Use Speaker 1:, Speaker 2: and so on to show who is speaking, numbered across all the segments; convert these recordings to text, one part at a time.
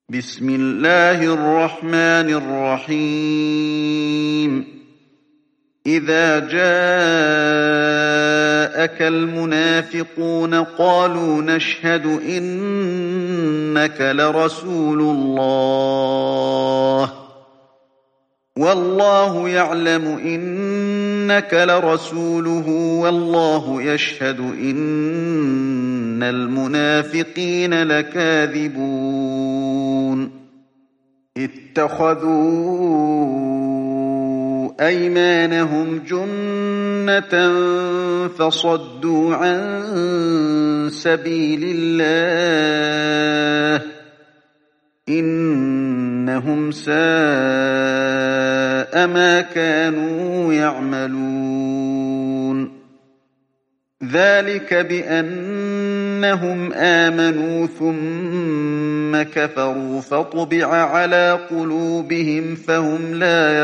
Speaker 1: بسم الله الرحمن الرحيم إذا جاءك المنافقون قالوا نشهد إنك لرسول الله والله يعلم إنك لرسوله والله يشهد إن المنافقين لكاذبون اتخذوا أيمانهم جنة فصدوا عن سبيل الله إنهم ساء ما كانوا يعملون ذلك بأنهم آمنوا ثم كفروا فطبع على قلوبهم فهم لا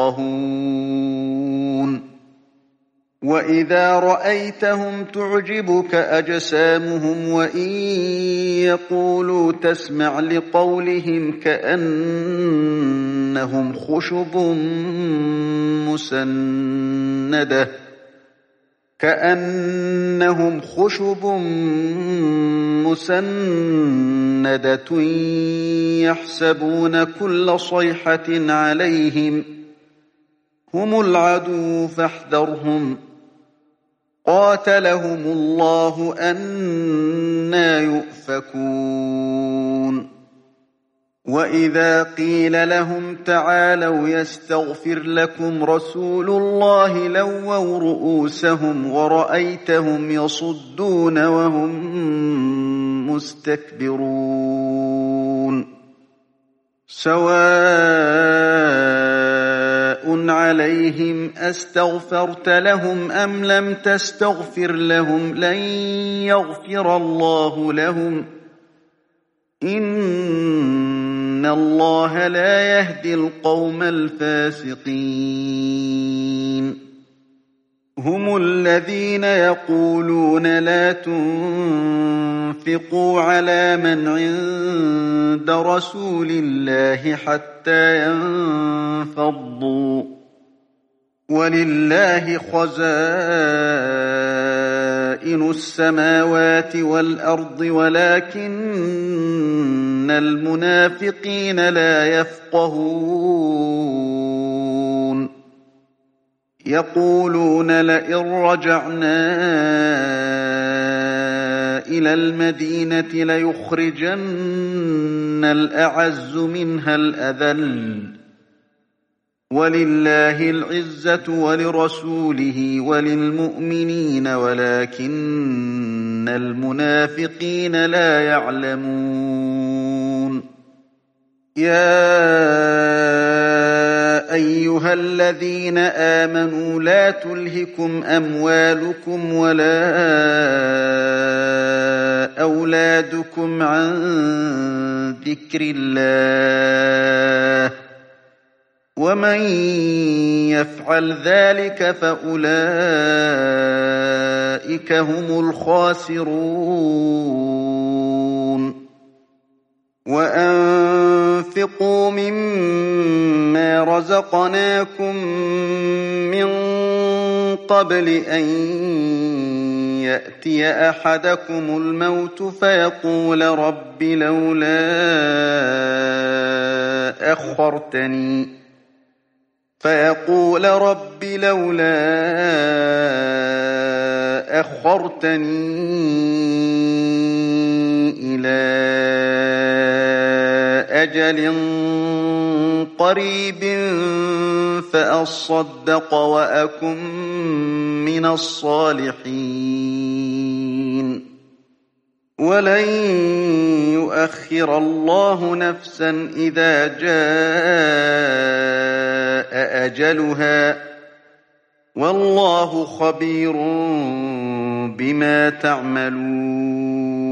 Speaker 1: يفقهون وإذا رأيتهم تعجبك أجسامهم وإن يقولوا تسمع لقولهم كأنهم خشب مسندة يحسبون كل صيحة عليهم هم العدو فاحذرهم قاتلهم الله أنى يؤفكون وإذا قيل لهم تعالوا يستغفر لكم رسول الله لووا رؤوسهم ورأيتهم يصدون وهم مستكبرون سواء عليهم أستغفرت لهم أم لم تستغفر لهم لن يغفر الله لهم إن الله لا يهدي القوم الفاسقين هم الذين يقولون لا تنفقوا على من عند رسول الله حتى ينفضوا ولله خزائن السماوات والأرض ولكن المنافقين لا يفقهون يقولون لئن رجعنا إلى المدينة ليخرجن الأعز منها الأذل ولله العزة ولرسوله وللمؤمنين ولكن المنافقين لا يعلمون يا أيها الذين آمنوا لا تلهكم أموالكم ولا أولادكم عن ذكر الله ومن يفعل ذلك فأولئك هم الخاسرون وأنفقوا مما رزقناكم من قبل أن يأتي أحدكم الموت فيقول رب لولا أخرتني إلى أجل قريب فأصدق وأكن من الصالحين ولن يؤخر الله نفسا إذا جاء أجلها والله خبير بما تعملون